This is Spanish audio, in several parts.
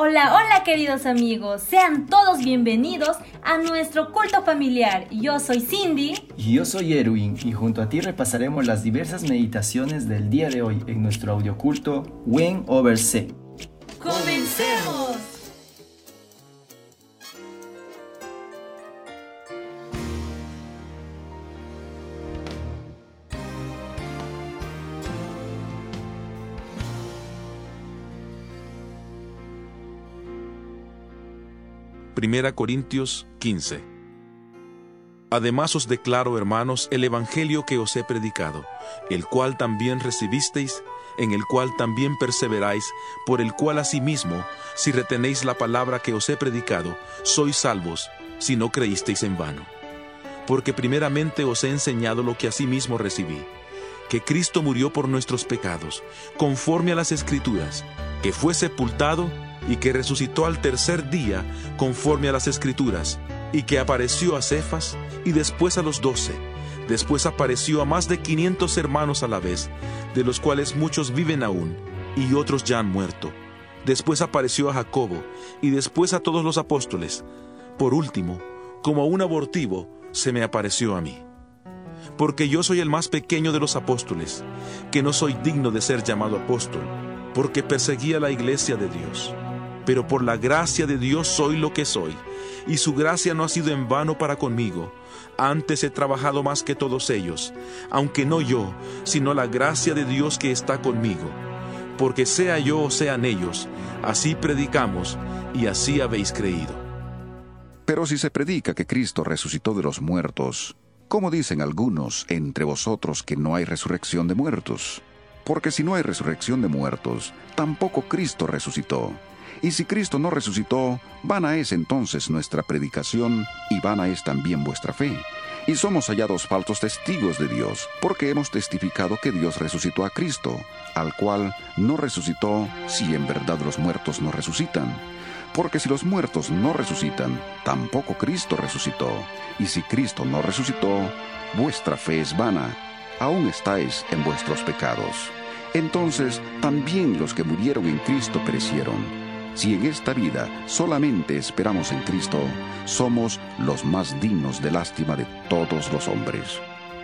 Hola, hola queridos amigos, sean todos bienvenidos a nuestro culto familiar. Yo soy Cindy. Y yo soy Erwin, y junto a ti repasaremos las diversas meditaciones del día de hoy en nuestro audioculto Win Over C. ¡Comencemos! Primera Corintios 15. Además os declaro, hermanos, el evangelio que os he predicado, el cual también recibisteis, en el cual también perseveráis, por el cual asimismo, si retenéis la palabra que os he predicado, sois salvos, si no creísteis en vano. Porque primeramente os he enseñado lo que asimismo recibí, que Cristo murió por nuestros pecados, conforme a las Escrituras, que fue sepultado y que resucitó al tercer día, conforme a las Escrituras, y que apareció a Cefas, y después a los 12. Después apareció a más de 500 hermanos a la vez, de los cuales muchos viven aún, y otros ya han muerto. Después apareció a Jacobo, y después a todos los apóstoles. Por último, como un abortivo, se me apareció a mí. Porque yo soy el más pequeño de los apóstoles, que no soy digno de ser llamado apóstol, porque perseguía la iglesia de Dios. Pero por la gracia de Dios soy lo que soy, y su gracia no ha sido en vano para conmigo. Antes he trabajado más que todos ellos, aunque no yo, sino la gracia de Dios que está conmigo. Porque sea yo o sean ellos, así predicamos, y así habéis creído. Pero si se predica que Cristo resucitó de los muertos, ¿cómo dicen algunos entre vosotros que no hay resurrección de muertos? Porque si no hay resurrección de muertos, tampoco Cristo resucitó. Y si Cristo no resucitó, vana es entonces nuestra predicación, y vana es también vuestra fe. Y somos hallados falsos testigos de Dios, porque hemos testificado que Dios resucitó a Cristo, al cual no resucitó si en verdad los muertos no resucitan. Porque si los muertos no resucitan, tampoco Cristo resucitó. Y si Cristo no resucitó, vuestra fe es vana, aún estáis en vuestros pecados. Entonces también los que murieron en Cristo perecieron. Si en esta vida solamente esperamos en Cristo, somos los más dignos de lástima de todos los hombres.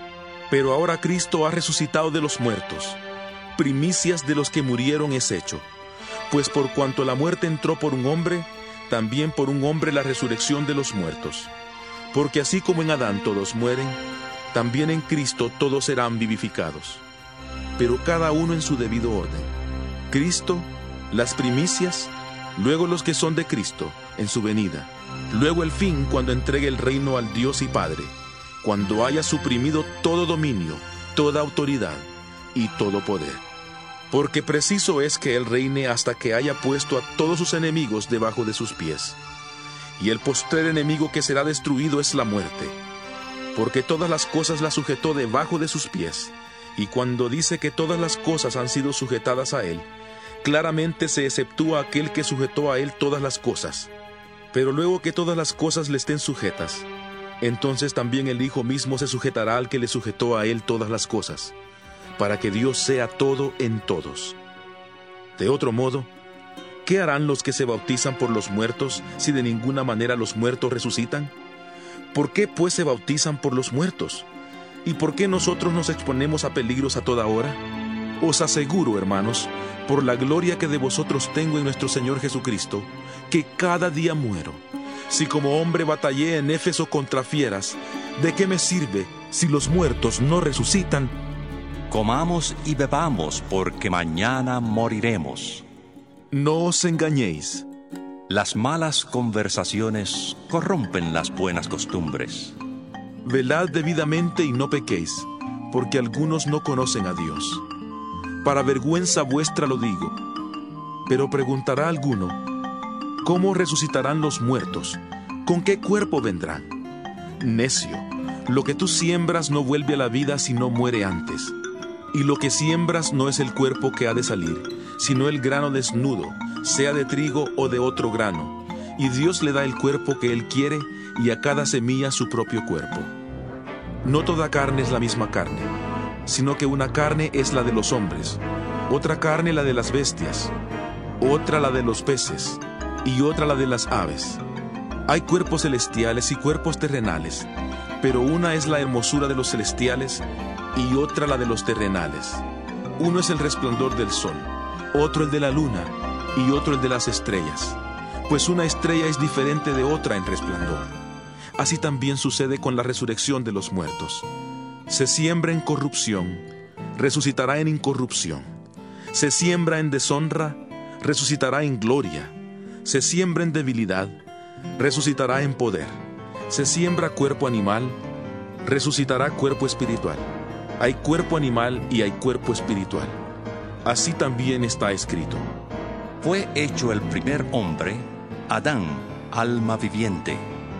Pero ahora Cristo ha resucitado de los muertos. Primicias de los que murieron es hecho. Pues por cuanto la muerte entró por un hombre, también por un hombre la resurrección de los muertos. Porque así como en Adán todos mueren, también en Cristo todos serán vivificados. Pero cada uno en su debido orden. Cristo, las primicias, luego los que son de Cristo, en su venida. Luego el fin, cuando entregue el reino al Dios y Padre, cuando haya suprimido todo dominio, toda autoridad y todo poder. Porque preciso es que Él reine hasta que haya puesto a todos sus enemigos debajo de sus pies. Y el postrer enemigo que será destruido es la muerte. Porque todas las cosas las sujetó debajo de sus pies. Y cuando dice que todas las cosas han sido sujetadas a Él, claramente se exceptúa aquel que sujetó a Él todas las cosas. Pero luego que todas las cosas le estén sujetas, entonces también el Hijo mismo se sujetará al que le sujetó a Él todas las cosas, para que Dios sea todo en todos. De otro modo, ¿qué harán los que se bautizan por los muertos si de ninguna manera los muertos resucitan? ¿Por qué pues se bautizan por los muertos? ¿Y por qué nosotros nos exponemos a peligros a toda hora? Os aseguro, hermanos, por la gloria que de vosotros tengo en nuestro Señor Jesucristo, que cada día muero. Si como hombre batallé en Éfeso contra fieras, ¿de qué me sirve si los muertos no resucitan? Comamos y bebamos, porque mañana moriremos. No os engañéis. Las malas conversaciones corrompen las buenas costumbres. Velad debidamente y no pequéis, porque algunos no conocen a Dios. Para vergüenza vuestra lo digo. Pero preguntará alguno, ¿cómo resucitarán los muertos? ¿Con qué cuerpo vendrán? Necio, lo que tú siembras no vuelve a la vida si no muere antes. Y lo que siembras no es el cuerpo que ha de salir, sino el grano desnudo, sea de trigo o de otro grano. Y Dios le da el cuerpo que Él quiere, y a cada semilla su propio cuerpo. No toda carne es la misma carne, sino que una carne es la de los hombres, otra carne la de las bestias, otra la de los peces, y otra la de las aves. Hay cuerpos celestiales y cuerpos terrenales, pero una es la hermosura de los celestiales y otra la de los terrenales. Uno es el resplandor del sol, otro el de la luna y otro el de las estrellas, pues una estrella es diferente de otra en resplandor. Así también sucede con la resurrección de los muertos. Se siembra en corrupción, resucitará en incorrupción. Se siembra en deshonra, resucitará en gloria. Se siembra en debilidad, resucitará en poder. Se siembra cuerpo animal, resucitará cuerpo espiritual. Hay cuerpo animal y hay cuerpo espiritual. Así también está escrito. Fue hecho el primer hombre, Adán, alma viviente.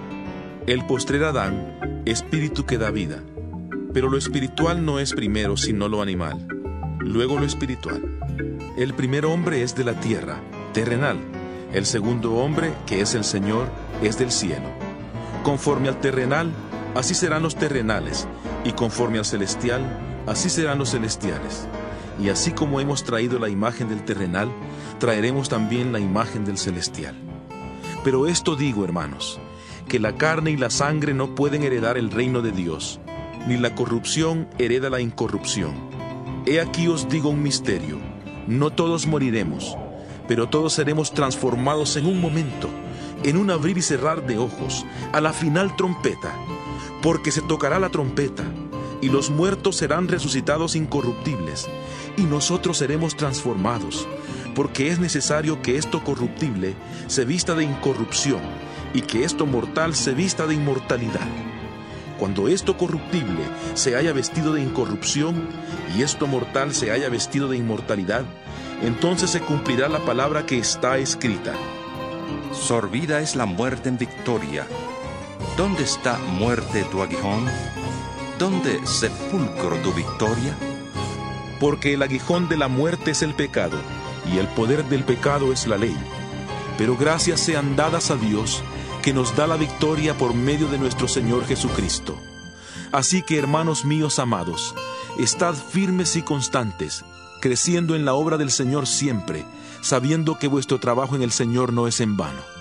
El postrer Adán, espíritu que da vida. Pero lo espiritual no es primero sino lo animal, luego lo espiritual. El primer hombre es de la tierra, terrenal. El segundo hombre, que es el Señor, es del cielo. Conforme al terrenal, así serán los terrenales, y conforme al celestial, así serán los celestiales. Y así como hemos traído la imagen del terrenal, traeremos también la imagen del celestial. Pero esto digo, hermanos, que la carne y la sangre no pueden heredar el reino de Dios, ni la corrupción hereda la incorrupción. He aquí os digo un misterio: no todos moriremos, pero todos seremos transformados en un momento, en un abrir y cerrar de ojos, a la final trompeta, porque se tocará la trompeta, y los muertos serán resucitados incorruptibles, y nosotros seremos transformados, porque es necesario que esto corruptible se vista de incorrupción, y que esto mortal se vista de inmortalidad. Cuando esto corruptible se haya vestido de incorrupción, y esto mortal se haya vestido de inmortalidad, entonces se cumplirá la palabra que está escrita. Sorbida es la muerte en victoria. ¿Dónde está, muerte, tu aguijón? ¿Dónde, sepulcro, tu victoria? Porque el aguijón de la muerte es el pecado, y el poder del pecado es la ley. Pero gracias sean dadas a Dios, que nos da la victoria por medio de nuestro Señor Jesucristo. Así que, hermanos míos amados, estad firmes y constantes, creciendo en la obra del Señor siempre, sabiendo que vuestro trabajo en el Señor no es en vano.